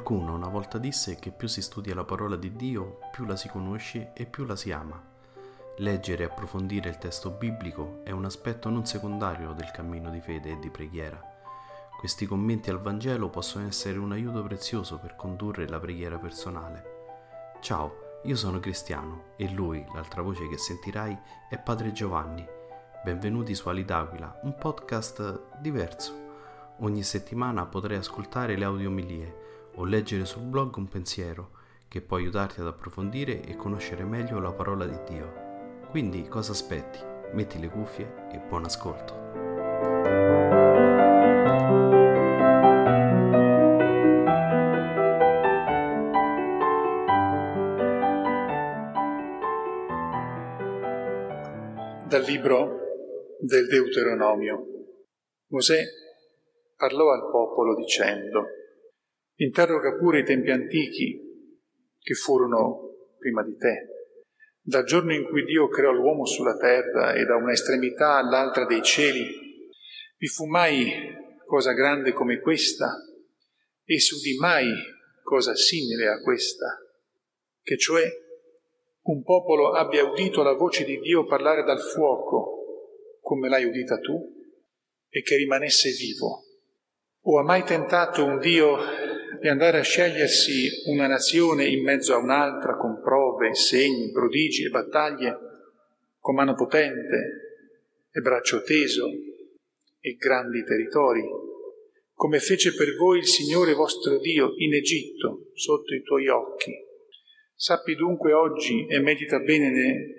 Qualcuno una volta disse che più si studia la parola di Dio, più la si conosce e più la si ama. Leggere e approfondire il testo biblico è un aspetto non secondario del cammino di fede e di preghiera. Questi commenti al Vangelo possono essere un aiuto prezioso per condurre la preghiera personale. Ciao, io sono Cristiano e lui, l'altra voce che sentirai, è Padre Giovanni. Benvenuti su Ali d'Aquila, un podcast diverso. Ogni settimana potrai ascoltare le audiomilie o leggere sul blog un pensiero che può aiutarti ad approfondire e conoscere meglio la parola di Dio. Quindi cosa aspetti? Metti le cuffie e buon ascolto. Dal libro del Deuteronomio. Mosè parlò al popolo dicendo: interroga pure i tempi antichi che furono prima di te, dal giorno in cui Dio creò l'uomo sulla terra e da una estremità all'altra dei cieli. Vi fu mai cosa grande come questa? E si udì mai cosa simile a questa? Che cioè un popolo abbia udito la voce di Dio parlare dal fuoco, come l'hai udita tu, e che rimanesse vivo. O ha mai tentato un Dio di andare a scegliersi una nazione in mezzo a un'altra con prove, segni, prodigi e battaglie, con mano potente e braccio teso e grandi territori, come fece per voi il Signore vostro Dio in Egitto, sotto i tuoi occhi? Sappi dunque oggi e medita bene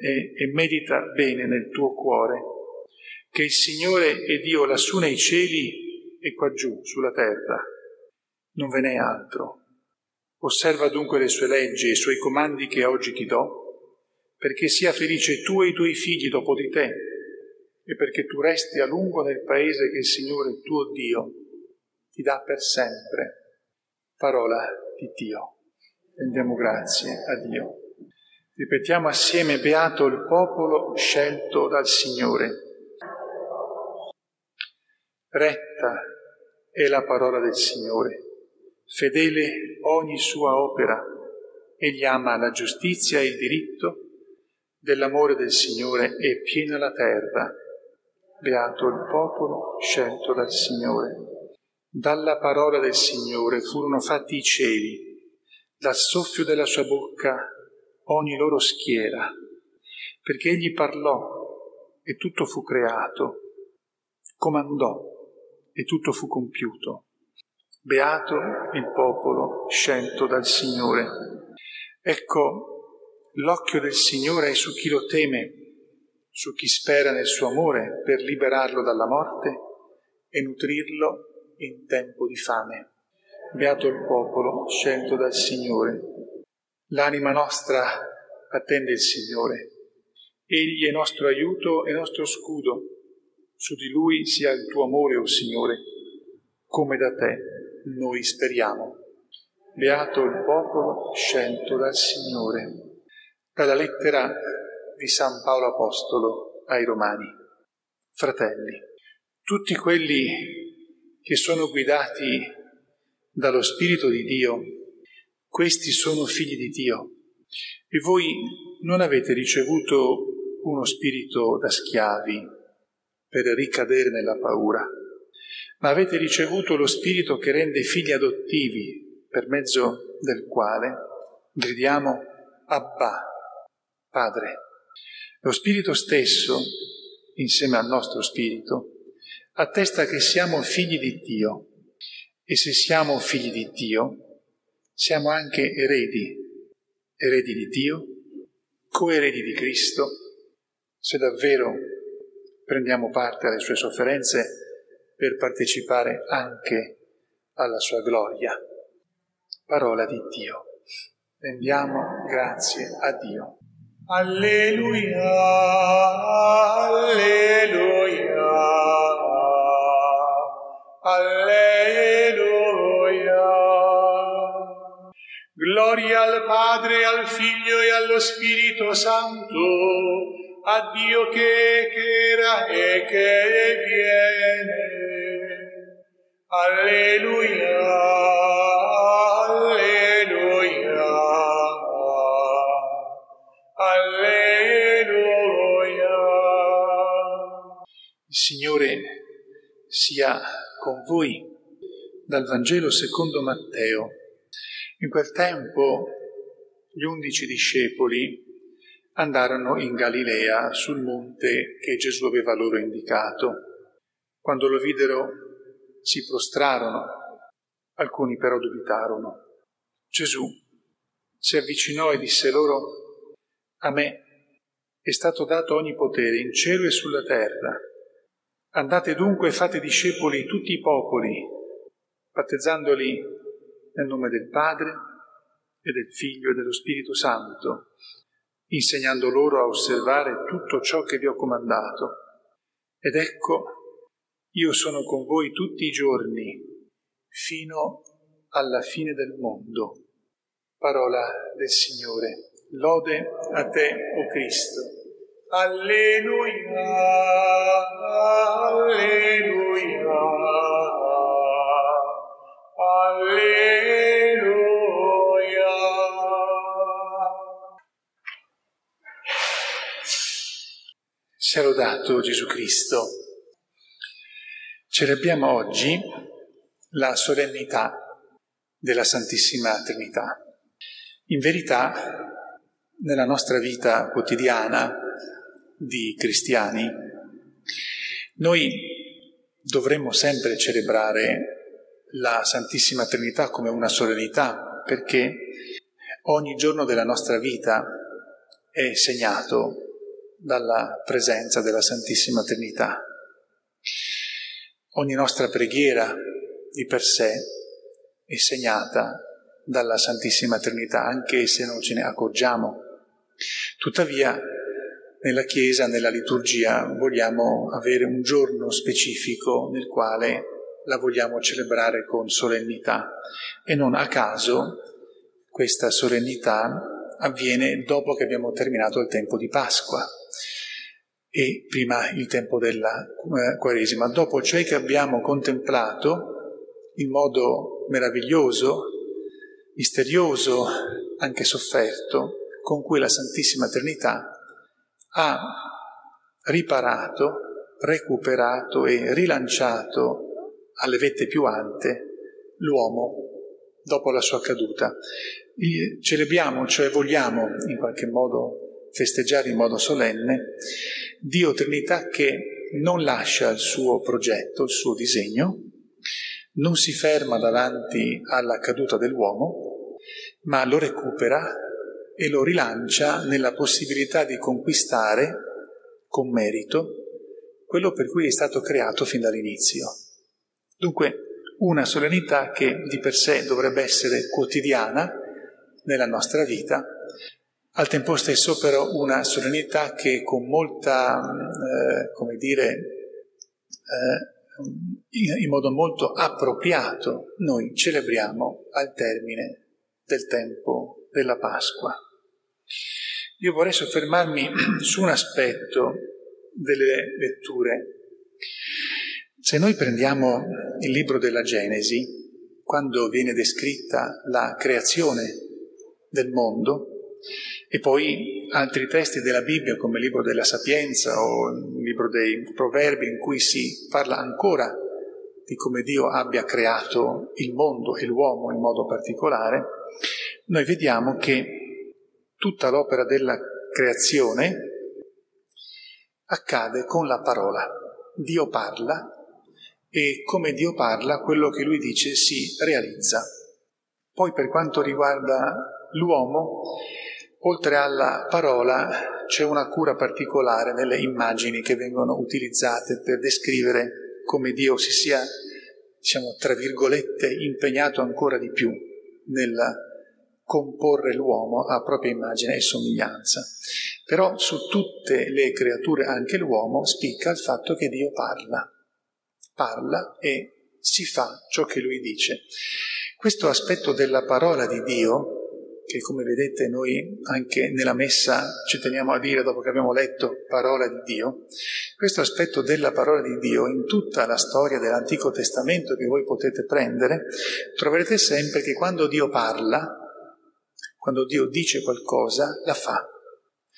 nel tuo cuore che il Signore è Dio lassù nei cieli e qua giù sulla terra. Non ve n'è altro. Osserva dunque le sue leggi e i suoi comandi che oggi ti do, perché sia felice tu e i tuoi figli dopo di te, e perché tu resti a lungo nel paese che il Signore tuo Dio ti dà per sempre. Parola di Dio. Rendiamo grazie a Dio. Ripetiamo assieme: beato il popolo scelto dal Signore. Retta è la parola del Signore, fedele ogni sua opera. Egli ama la giustizia e il diritto, dell'amore del Signore è piena la terra. Beato il popolo scelto dal Signore. Dalla parola del Signore furono fatti i cieli, dal soffio della sua bocca ogni loro schiera, perché egli parlò e tutto fu creato, comandò e tutto fu compiuto. Beato il popolo scelto dal Signore. Ecco, l'occhio del Signore è su chi lo teme, su chi spera nel suo amore per liberarlo dalla morte e nutrirlo in tempo di fame. Beato il popolo scelto dal Signore. L'anima nostra attende il Signore. Egli è nostro aiuto e nostro scudo. Su di Lui sia il tuo amore, o Signore, come da te noi speriamo. Beato il popolo scelto dal Signore. Dalla lettera di San Paolo Apostolo ai Romani. Fratelli, tutti quelli che sono guidati dallo Spirito di Dio, questi sono figli di Dio. E voi non avete ricevuto uno spirito da schiavi per ricadere nella paura, ma avete ricevuto lo Spirito che rende figli adottivi, per mezzo del quale gridiamo Abba, Padre. Lo Spirito stesso, insieme al nostro spirito, attesta che siamo figli di Dio. E se siamo figli di Dio, siamo anche eredi di Dio, coeredi di Cristo, se davvero prendiamo parte alle sue sofferenze per partecipare anche alla sua gloria. Parola di Dio. Rendiamo grazie a Dio. Alleluia, alleluia, alleluia. Gloria al Padre, al Figlio e allo Spirito Santo, a Dio che era e che viene. Alleluia, alleluia. Il Signore sia con voi. Dal Vangelo secondo Matteo. In quel tempo gli 11 discepoli andarono in Galilea sul monte che Gesù aveva loro indicato. Quando lo videro si prostrarono, alcuni però dubitarono. Gesù si avvicinò e disse loro: a me è stato dato ogni potere in cielo e sulla terra. Andate dunque e fate discepoli tutti i popoli, battezzandoli nel nome del Padre e del Figlio e dello Spirito Santo, insegnando loro a osservare tutto ciò che vi ho comandato. Ed ecco, io sono con voi tutti i giorni, fino alla fine del mondo. Parola del Signore. Lode a te, o Cristo. Alleluia, alleluia, alleluia. Sia lodato Gesù Cristo. Celebriamo oggi la solennità della Santissima Trinità. In verità, nella nostra vita quotidiana di cristiani, noi dovremmo sempre celebrare la Santissima Trinità come una solennità, perché ogni giorno della nostra vita è segnato dalla presenza della Santissima Trinità. Ogni nostra preghiera di per sé è segnata dalla Santissima Trinità, anche se non ce ne accorgiamo. Tuttavia, nella Chiesa, nella liturgia, vogliamo avere un giorno specifico nel quale la vogliamo celebrare con solennità. E non a caso questa solennità avviene dopo che abbiamo terminato il tempo di Pasqua e prima il tempo della Quaresima, dopo cioè che abbiamo contemplato in modo meraviglioso, misterioso, anche sofferto, con cui la Santissima Trinità ha riparato, recuperato e rilanciato alle vette più alte l'uomo dopo la sua caduta. Celebriamo, cioè vogliamo in qualche modo festeggiare in modo solenne Dio Trinità che non lascia il suo progetto, il suo disegno, non si ferma davanti alla caduta dell'uomo, ma lo recupera e lo rilancia nella possibilità di conquistare con merito quello per cui è stato creato fin dall'inizio. Dunque, una solennità che di per sé dovrebbe essere quotidiana nella nostra vita, al tempo stesso però una solennità che con molta, in modo molto appropriato noi celebriamo al termine del tempo della Pasqua. Io vorrei soffermarmi su un aspetto delle letture. Se noi prendiamo il libro della Genesi, quando viene descritta la creazione del mondo, e poi altri testi della Bibbia come il libro della Sapienza o il libro dei Proverbi, in cui si parla ancora di come Dio abbia creato il mondo e l'uomo in modo particolare, noi vediamo che tutta l'opera della creazione accade con la parola. Dio parla e come Dio parla, quello che Lui dice si realizza. Poi per quanto riguarda l'uomo, oltre alla parola c'è una cura particolare nelle immagini che vengono utilizzate per descrivere come Dio si sia, tra virgolette, impegnato ancora di più nel comporre l'uomo a propria immagine e somiglianza. Però su tutte le creature, anche l'uomo, spicca il fatto che Dio parla e si fa ciò che Lui dice. Questo aspetto della parola di Dio, che come vedete noi anche nella messa ci teniamo a dire dopo che abbiamo letto parola di Dio, questo aspetto della parola di Dio in tutta la storia dell'Antico Testamento che voi potete prendere, troverete sempre che quando Dio parla, quando Dio dice qualcosa, la fa.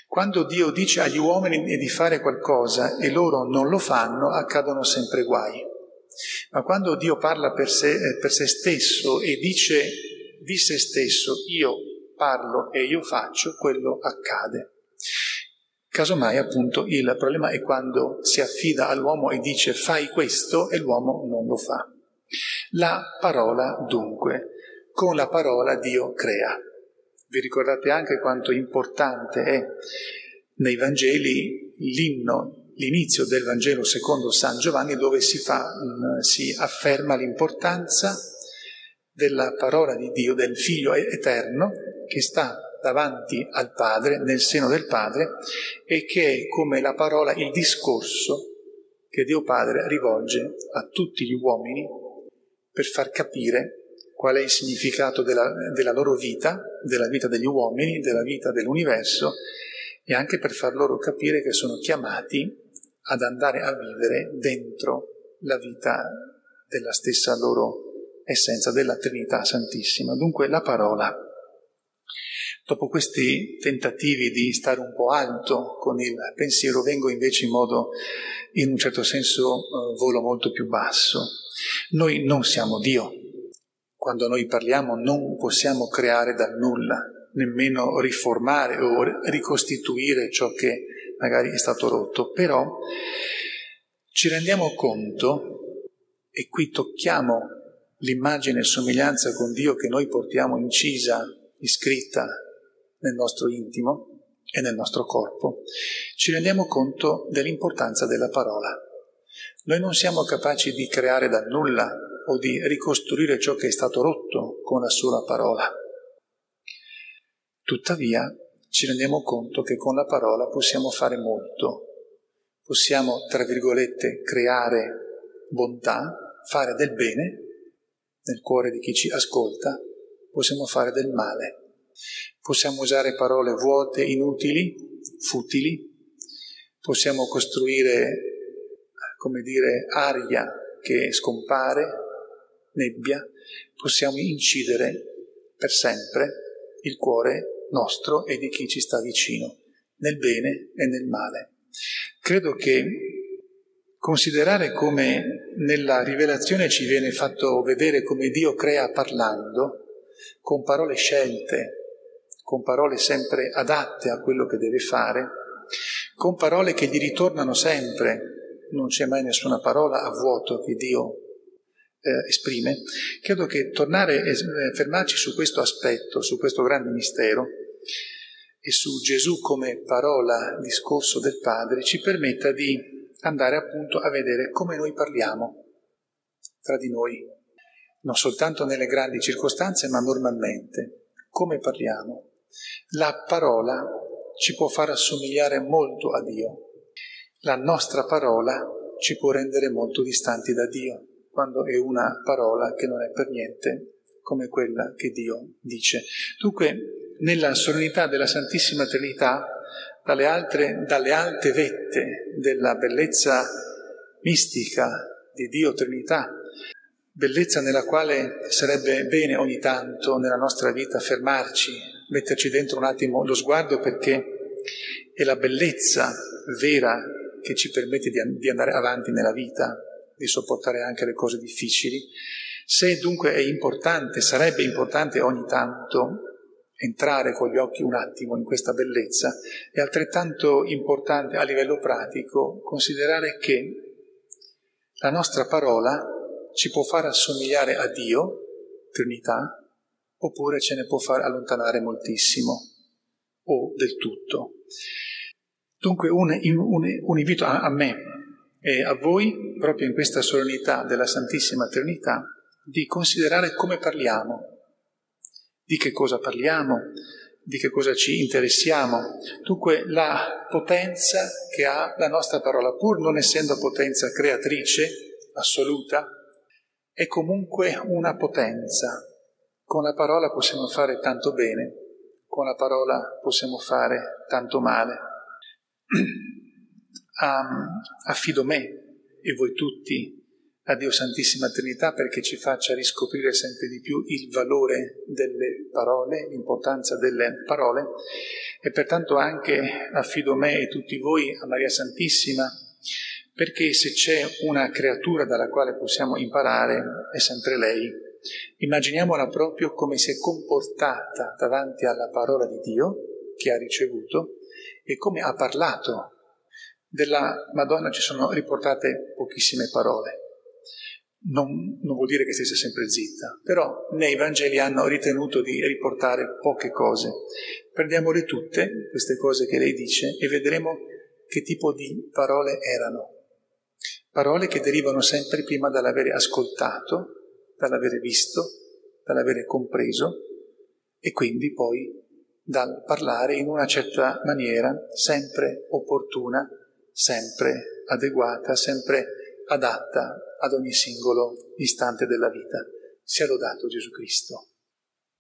Quando Dio dice agli uomini di fare qualcosa e loro non lo fanno, accadono sempre guai. Ma quando Dio parla per se stesso e dice di se stesso io parlo e io faccio, quello accade. Casomai, appunto, il problema è quando si affida all'uomo e dice fai questo e l'uomo non lo fa. La parola, dunque, con la parola Dio crea. Vi ricordate anche quanto importante è nei Vangeli l'inizio del Vangelo secondo San Giovanni, dove si afferma l'importanza della parola di Dio, del Figlio eterno, che sta davanti al Padre, nel seno del Padre, e che è come la parola, il discorso che Dio Padre rivolge a tutti gli uomini per far capire qual è il significato della loro vita, della vita degli uomini, della vita dell'universo, e anche per far loro capire che sono chiamati ad andare a vivere dentro la vita della stessa loro essenza, della Trinità Santissima. Dunque la parola. Dopo questi tentativi di stare un po' alto con il pensiero, vengo invece in un certo senso, volo molto più basso. Noi non siamo Dio. Quando noi parliamo non possiamo creare dal nulla, nemmeno riformare o ricostituire ciò che magari è stato rotto, però ci rendiamo conto, e qui tocchiamo l'immagine e somiglianza con Dio che noi portiamo incisa, iscritta nel nostro intimo e nel nostro corpo, ci rendiamo conto dell'importanza della parola. Noi non siamo capaci di creare dal nulla o di ricostruire ciò che è stato rotto con la sola parola. Tuttavia, ci rendiamo conto che con la parola possiamo fare molto. Possiamo, tra virgolette, creare bontà, fare del bene nel cuore di chi ci ascolta, possiamo fare del male. Possiamo usare parole vuote, inutili, futili, possiamo costruire, aria che scompare, nebbia, possiamo incidere per sempre il cuore nostro e di chi ci sta vicino, nel bene e nel male. Credo che considerare come nella rivelazione ci viene fatto vedere come Dio crea parlando, con parole scelte, con parole sempre adatte a quello che deve fare, con parole che gli ritornano sempre, non c'è mai nessuna parola a vuoto che Dio esprime. Credo che tornare e fermarci su questo aspetto, su questo grande mistero, e su Gesù come parola, discorso del Padre, ci permetta di andare appunto a vedere come noi parliamo tra di noi, non soltanto nelle grandi circostanze, ma normalmente. Come parliamo? La parola ci può far assomigliare molto a Dio. La nostra parola ci può rendere molto distanti da Dio, quando è una parola che non è per niente come quella che Dio dice. Dunque, nella solennità della Santissima Trinità, dalle alte vette della bellezza mistica di Dio Trinità, bellezza nella quale sarebbe bene ogni tanto nella nostra vita fermarci, metterci dentro un attimo lo sguardo, perché è la bellezza vera che ci permette di andare avanti nella vita, di sopportare anche le cose difficili. Se dunque è importante, sarebbe importante ogni tanto entrare con gli occhi un attimo in questa bellezza, è altrettanto importante a livello pratico considerare che la nostra parola ci può far assomigliare a Dio, Trinità, oppure ce ne può far allontanare moltissimo, o del tutto. Dunque un invito a me e a voi, proprio in questa solennità della Santissima Trinità, di considerare come parliamo, di che cosa parliamo, di che cosa ci interessiamo. Dunque la potenza che ha la nostra parola, pur non essendo potenza creatrice assoluta, è comunque una potenza. Con la parola possiamo fare tanto bene, con la parola possiamo fare tanto male. Affido me e voi tutti a Dio Santissima Trinità perché ci faccia riscoprire sempre di più il valore delle parole, l'importanza delle parole, E pertanto anche affido me e tutti voi a Maria Santissima, perché se c'è una creatura dalla quale possiamo imparare è sempre lei. Immaginiamola proprio come si è comportata davanti alla parola di Dio che ha ricevuto e come ha parlato. Della Madonna ci sono riportate pochissime parole. Non vuol dire che stesse sempre zitta, però nei Vangeli hanno ritenuto di riportare poche cose. Prendiamole tutte, queste cose che lei dice, e vedremo che tipo di parole erano. Parole che derivano sempre prima dall'avere ascoltato, dall'avere visto, dall'avere compreso, e quindi poi dal parlare in una certa maniera, sempre opportuna, sempre adeguata, sempre adatta ad ogni singolo istante della vita. Sia lodato Gesù Cristo.